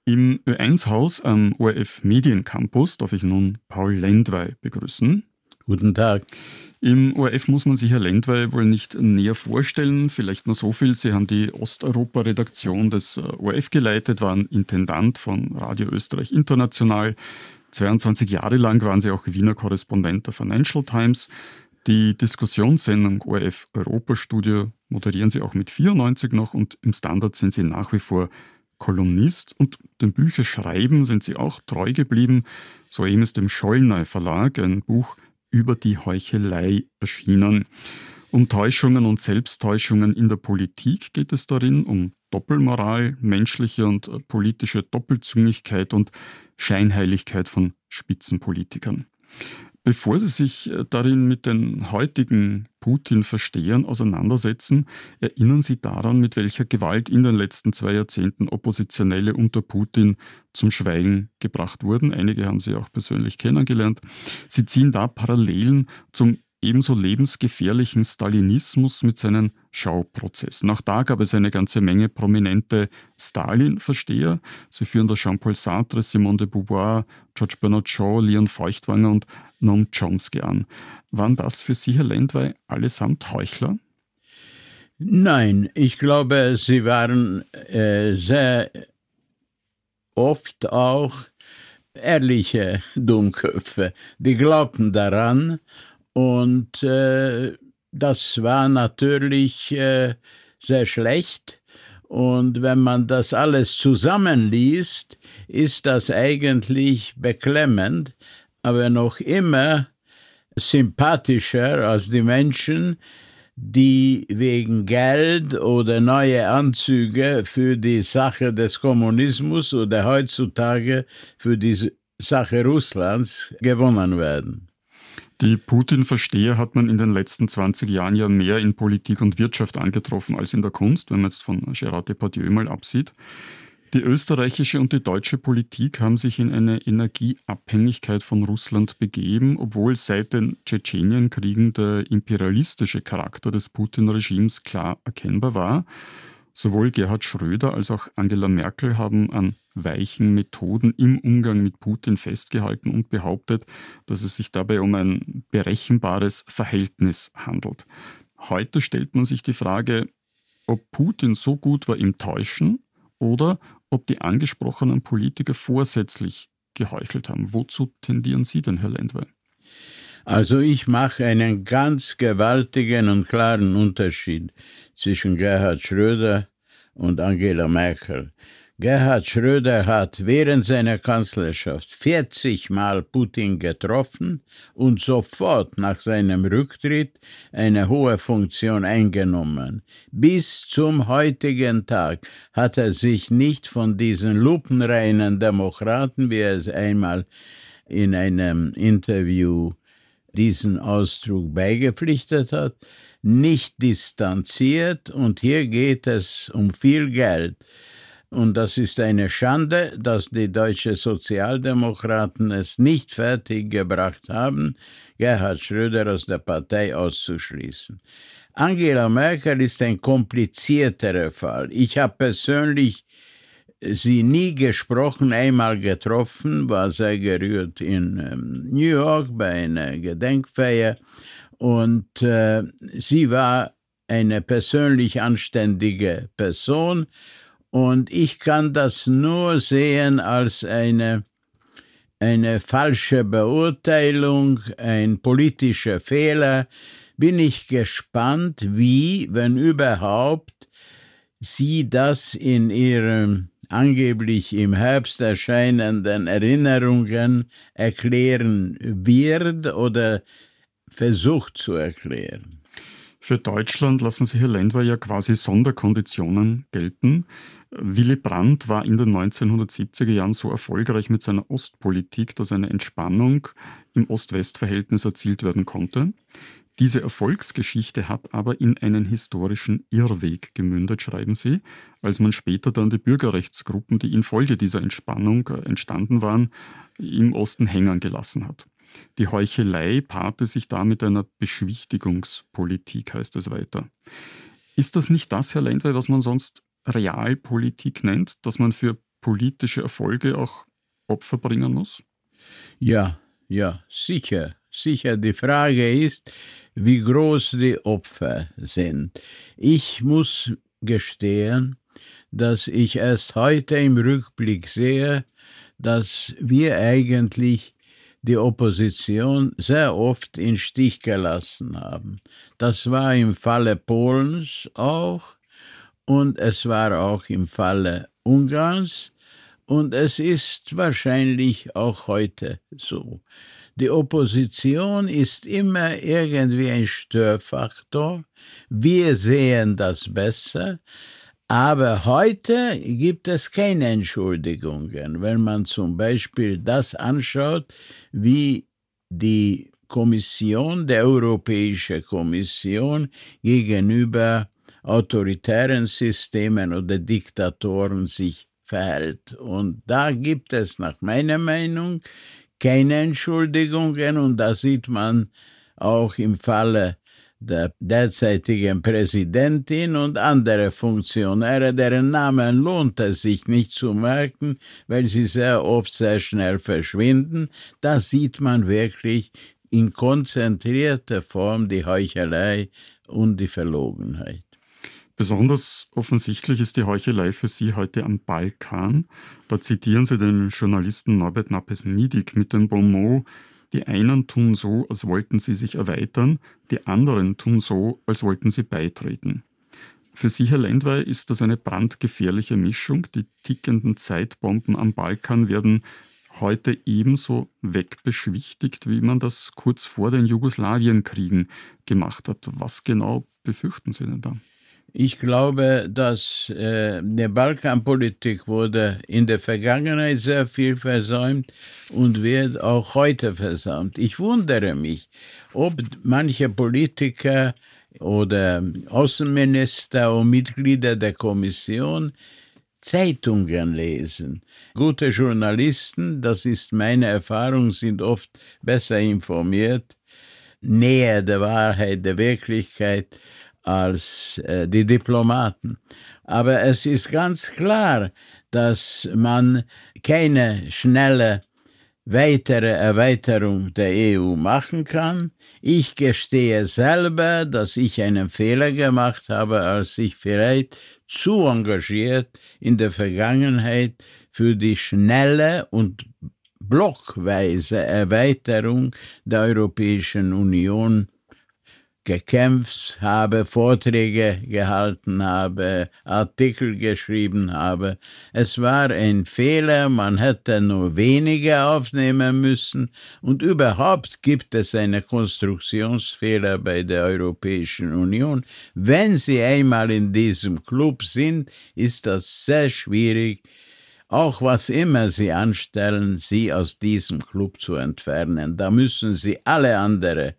Im Ö1-Haus am ORF Mediencampus darf ich nun Paul Lendwey begrüßen. Guten Tag. Im ORF muss man sich Herr Lendwey wohl nicht näher vorstellen. Vielleicht nur so viel: Sie haben die Osteuropa-Redaktion des ORF geleitet, waren Intendant von Radio Österreich International. 22 Jahre lang waren Sie auch Wiener Korrespondent der Financial Times. Die Diskussionssendung ORF Europastudio moderieren Sie auch mit 94 noch, und im Standard sind Sie nach wie vor Kolumnist, und dem Bücherschreiben sind Sie auch treu geblieben. Soeben ist im Schollnay Verlag ein Buch über die Heuchelei erschienen. Um Täuschungen und Selbsttäuschungen in der Politik geht es darin, um Doppelmoral, menschliche und politische Doppelzüngigkeit und Scheinheiligkeit von Spitzenpolitikern. Bevor Sie sich darin mit den heutigen Putin-Verstehern auseinandersetzen, erinnern Sie daran, mit welcher Gewalt in den letzten 2 Jahrzehnten Oppositionelle unter Putin zum Schweigen gebracht wurden. Einige haben Sie auch persönlich kennengelernt. Sie ziehen da Parallelen zum ebenso lebensgefährlichen Stalinismus mit seinen Schauprozessen. Auch da gab es eine ganze Menge prominente Stalin-Versteher. Sie führen da Jean-Paul Sartre, Simone de Beauvoir, George Bernard Shaw, Leon Feuchtwanger und Noam Chomsky an. Waren das für Sie, Herr Lendwey, allesamt Heuchler? Nein, ich glaube, sie waren sehr oft auch ehrliche Dummköpfe. Die glaubten daran, und das war natürlich sehr schlecht. Und wenn man das alles zusammenliest, ist das eigentlich beklemmend, aber noch immer sympathischer als die Menschen, die wegen Geld oder neue Anzüge für die Sache des Kommunismus oder heutzutage für die Sache Russlands gewonnen werden. Die Putin-Versteher hat man in den letzten 20 Jahren ja mehr in Politik und Wirtschaft angetroffen als in der Kunst, wenn man jetzt von Gérard Depardieu mal absieht. Die österreichische und die deutsche Politik haben sich in eine Energieabhängigkeit von Russland begeben, obwohl seit den Tschetschenienkriegen der imperialistische Charakter des Putin-Regimes klar erkennbar war. Sowohl Gerhard Schröder als auch Angela Merkel haben an weichen Methoden im Umgang mit Putin festgehalten und behauptet, dass es sich dabei um ein berechenbares Verhältnis handelt. Heute stellt man sich die Frage, ob Putin so gut war im Täuschen oder ob die angesprochenen Politiker vorsätzlich geheuchelt haben. Wozu tendieren Sie denn, Herr Lendwey? Also ich mache einen ganz gewaltigen und klaren Unterschied zwischen Gerhard Schröder und Angela Merkel. Gerhard Schröder hat während seiner Kanzlerschaft 40 Mal Putin getroffen und sofort nach seinem Rücktritt eine hohe Funktion eingenommen. Bis zum heutigen Tag hat er sich nicht von diesen lupenreinen Demokraten, wie er es einmal in einem Interview diesen Ausdruck beigepflichtet hat, nicht distanziert, und hier geht es um viel Geld. Und das ist eine Schande, dass die deutschen Sozialdemokraten es nicht fertiggebracht haben, Gerhard Schröder aus der Partei auszuschließen. Angela Merkel ist ein komplizierterer Fall. Ich habe persönlich sie nie gesprochen, einmal getroffen, war sehr gerührt in New York bei einer Gedenkfeier, und sie war eine persönlich anständige Person, und ich kann das nur sehen als eine falsche Beurteilung, ein politischer Fehler. Bin ich gespannt, wie, wenn überhaupt, sie das in ihrem angeblich im Herbst erscheinenden Erinnerungen erklären wird oder versucht zu erklären. Für Deutschland lassen sich, Herr Lendwey, ja quasi Sonderkonditionen gelten. Willy Brandt war in den 1970er Jahren so erfolgreich mit seiner Ostpolitik, dass eine Entspannung im Ost-West-Verhältnis erzielt werden konnte. Diese Erfolgsgeschichte hat aber in einen historischen Irrweg gemündet, schreiben Sie, als man später dann die Bürgerrechtsgruppen, die infolge dieser Entspannung entstanden waren, im Osten hängen gelassen hat. Die Heuchelei paarte sich da mit einer Beschwichtigungspolitik, heißt es weiter. Ist das nicht das, Herr Lendwey, was man sonst Realpolitik nennt, dass man für politische Erfolge auch Opfer bringen muss? Ja, sicher. Sicher, die Frage ist, wie groß die Opfer sind. Ich muss gestehen, dass ich erst heute im Rückblick sehe, dass wir eigentlich die Opposition sehr oft in Stich gelassen haben. Das war im Falle Polens auch und es war auch im Falle Ungarns und es ist wahrscheinlich auch heute so. Die Opposition ist immer irgendwie ein Störfaktor. Wir sehen das besser. Aber heute gibt es keine Entschuldigungen. Wenn man zum Beispiel das anschaut, wie die Kommission, die Europäische Kommission gegenüber autoritären Systemen oder Diktatoren sich verhält. Und da gibt es nach meiner Meinung keine Entschuldigungen und da sieht man auch im Falle der derzeitigen Präsidentin und andere Funktionäre, deren Namen lohnt es sich nicht zu merken, weil sie sehr oft sehr schnell verschwinden. Da sieht man wirklich in konzentrierter Form die Heuchelei und die Verlogenheit. Besonders offensichtlich ist die Heuchelei für Sie heute am Balkan. Da zitieren Sie den Journalisten Norbert Napes-Niedig mit dem Bonmot: Die einen tun so, als wollten sie sich erweitern, die anderen tun so, als wollten sie beitreten. Für Sie, Herr Lendwey, ist das eine brandgefährliche Mischung. Die tickenden Zeitbomben am Balkan werden heute ebenso wegbeschwichtigt, wie man das kurz vor den Jugoslawienkriegen gemacht hat. Was genau befürchten Sie denn da? Ich glaube, dass die Balkanpolitik wurde in der Vergangenheit sehr viel versäumt und wird auch heute versäumt. Ich wundere mich, ob manche Politiker oder Außenminister und Mitglieder der Kommission Zeitungen lesen. Gute Journalisten, das ist meine Erfahrung, sind oft besser informiert, näher der Wahrheit, der Wirklichkeit als die Diplomaten. Aber es ist ganz klar, dass man keine schnelle weitere Erweiterung der EU machen kann. Ich gestehe selber, dass ich einen Fehler gemacht habe, als ich vielleicht zu engagiert in der Vergangenheit für die schnelle und blockweise Erweiterung der Europäischen Union gekämpft habe, Vorträge gehalten habe, Artikel geschrieben habe. Es war ein Fehler, man hätte nur wenige aufnehmen müssen und überhaupt gibt es einen Konstruktionsfehler bei der Europäischen Union. Wenn Sie einmal in diesem Club sind, ist das sehr schwierig, auch was immer Sie anstellen, Sie aus diesem Club zu entfernen. Da müssen Sie alle anderen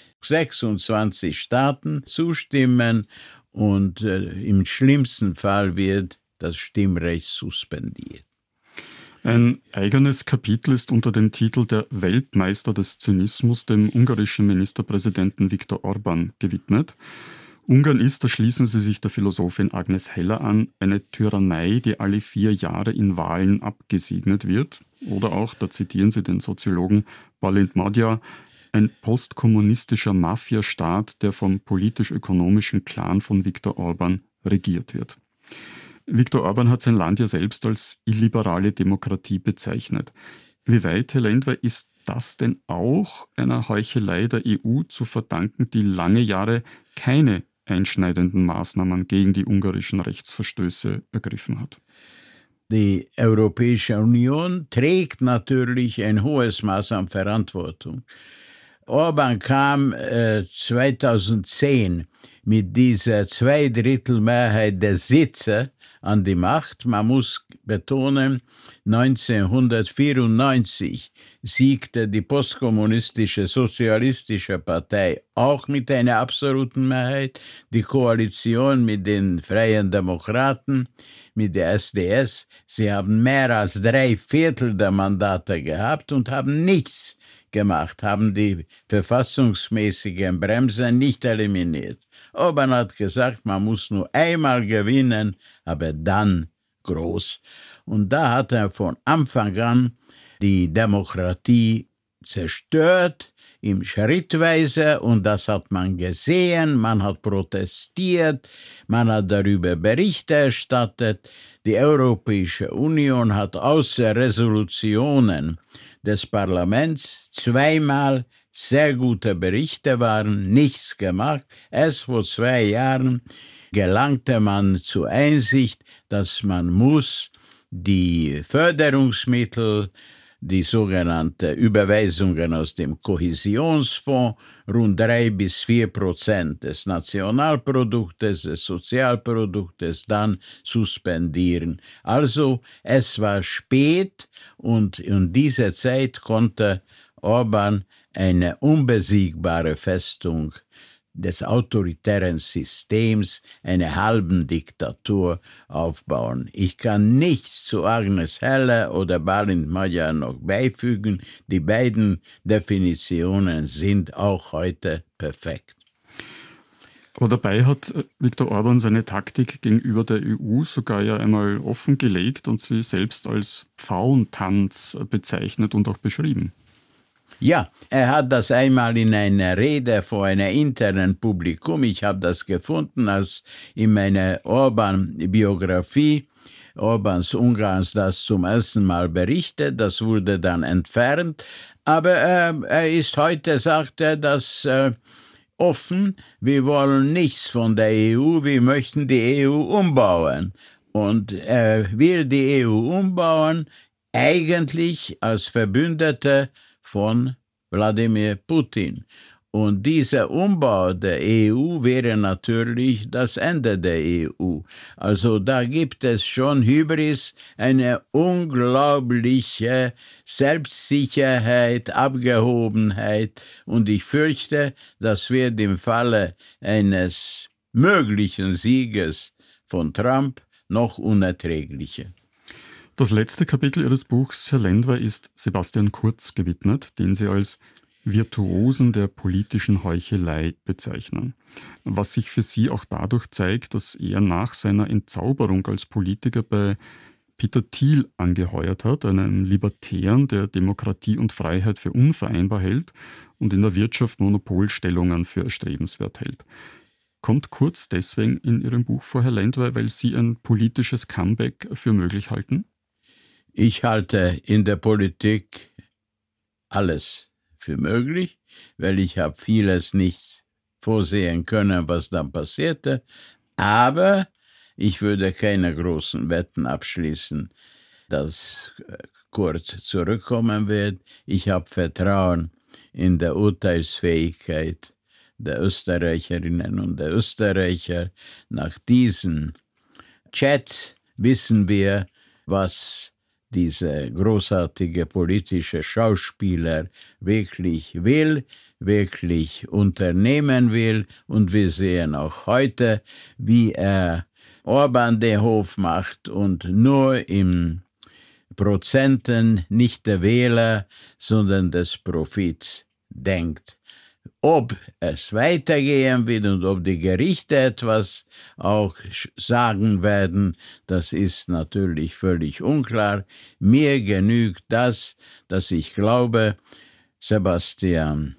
26 Staaten zustimmen und im schlimmsten Fall wird das Stimmrecht suspendiert. Ein eigenes Kapitel ist unter dem Titel Der Weltmeister des Zynismus dem ungarischen Ministerpräsidenten Viktor Orbán gewidmet. Ungarn ist, da schließen Sie sich der Philosophin Agnes Heller an, eine Tyrannei, die alle 4 Jahre in Wahlen abgesegnet wird. Oder auch, da zitieren Sie den Soziologen Balint Magyar, ein postkommunistischer Mafiastaat, der vom politisch-ökonomischen Clan von Viktor Orbán regiert wird. Viktor Orbán hat sein Land ja selbst als illiberale Demokratie bezeichnet. Wie weit, Herr Lendwey, ist das denn auch einer Heuchelei der EU zu verdanken, die lange Jahre keine einschneidenden Maßnahmen gegen die ungarischen Rechtsverstöße ergriffen hat? Die Europäische Union trägt natürlich ein hohes Maß an Verantwortung. Orbán kam 2010 mit dieser Zweidrittelmehrheit der Sitze an die Macht. Man muss betonen, 1994 siegte die postkommunistische Sozialistische Partei auch mit einer absoluten Mehrheit. Die Koalition mit den Freien Demokraten, mit der SDS, sie haben mehr als 3/4 der Mandate gehabt und haben nichts gemacht, haben die verfassungsmäßigen Bremsen nicht eliminiert. Orbán hat gesagt, man muss nur einmal gewinnen, aber dann groß. Und da hat er von Anfang an die Demokratie zerstört, im Schrittweise, und das hat man gesehen, man hat protestiert, man hat darüber Berichte erstattet. Die Europäische Union hat außer Resolutionen des Parlaments zweimal sehr gute Berichte waren, nichts gemacht. Erst vor 2 Jahren gelangte man zur Einsicht, dass man muss die Förderungsmittel, die sogenannten Überweisungen aus dem Kohäsionsfonds, rund 3-4% des Nationalproduktes, des Sozialproduktes, dann suspendieren. Also es war spät, und in dieser Zeit konnte Orbán eine unbesiegbare Festung des autoritären Systems, eine halben Diktatur aufbauen. Ich kann nichts zu Agnes Heller oder Balint Magyar noch beifügen. Die beiden Definitionen sind auch heute perfekt. Aber dabei hat Viktor Orbán seine Taktik gegenüber der EU sogar ja einmal offengelegt und sie selbst als Pfauentanz bezeichnet und auch beschrieben. Ja, er hat das einmal in einer Rede vor einem internen Publikum, ich habe das gefunden, als in meiner Orbán-Biografie Orbáns Ungarns das zum ersten Mal berichtet, das wurde dann entfernt, aber er ist heute, sagt er, das offen, wir wollen nichts von der EU, wir möchten die EU umbauen. Und er will die EU umbauen, eigentlich als Verbündeter von Wladimir Putin. Und dieser Umbau der EU wäre natürlich das Ende der EU. Also da gibt es schon Hybris, eine unglaubliche Selbstsicherheit, Abgehobenheit. Und ich fürchte, das wird im Falle eines möglichen Sieges von Trump noch unerträglicher. Das letzte Kapitel Ihres Buchs, Herr Lendwey, ist Sebastian Kurz gewidmet, den Sie als Virtuosen der politischen Heuchelei bezeichnen. Was sich für Sie auch dadurch zeigt, dass er nach seiner Entzauberung als Politiker bei Peter Thiel angeheuert hat, einem Libertären, der Demokratie und Freiheit für unvereinbar hält und in der Wirtschaft Monopolstellungen für erstrebenswert hält. Kommt Kurz deswegen in Ihrem Buch vor, Herr Lendwey, weil Sie ein politisches Comeback für möglich halten? Ich halte in der Politik alles für möglich, weil ich habe vieles nicht vorsehen können, was dann passierte. Aber ich würde keine großen Wetten abschließen, dass Kurz zurückkommen wird. Ich habe Vertrauen in der Urteilsfähigkeit der Österreicherinnen und der Österreicher. Nach diesen Chats wissen wir, was dieser großartige politische Schauspieler wirklich will, wirklich unternehmen will. Und wir sehen auch heute, wie er Orbán den Hof macht und nur in Prozenten nicht der Wähler, sondern des Profits denkt. Ob es weitergehen wird und ob die Gerichte etwas auch sagen werden, das ist natürlich völlig unklar. Mir genügt das, dass ich glaube, Sebastian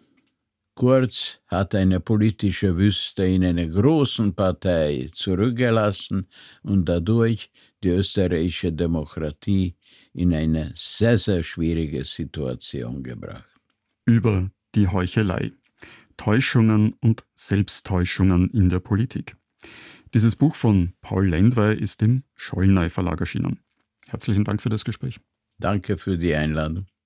Kurz hat eine politische Wüste in einer großen Partei zurückgelassen und dadurch die österreichische Demokratie in eine sehr, sehr schwierige Situation gebracht. Über die Heuchelei. Täuschungen und Selbsttäuschungen in der Politik. Dieses Buch von Paul Lendwey ist im Schollnay Verlag erschienen. Herzlichen Dank für das Gespräch. Danke für die Einladung.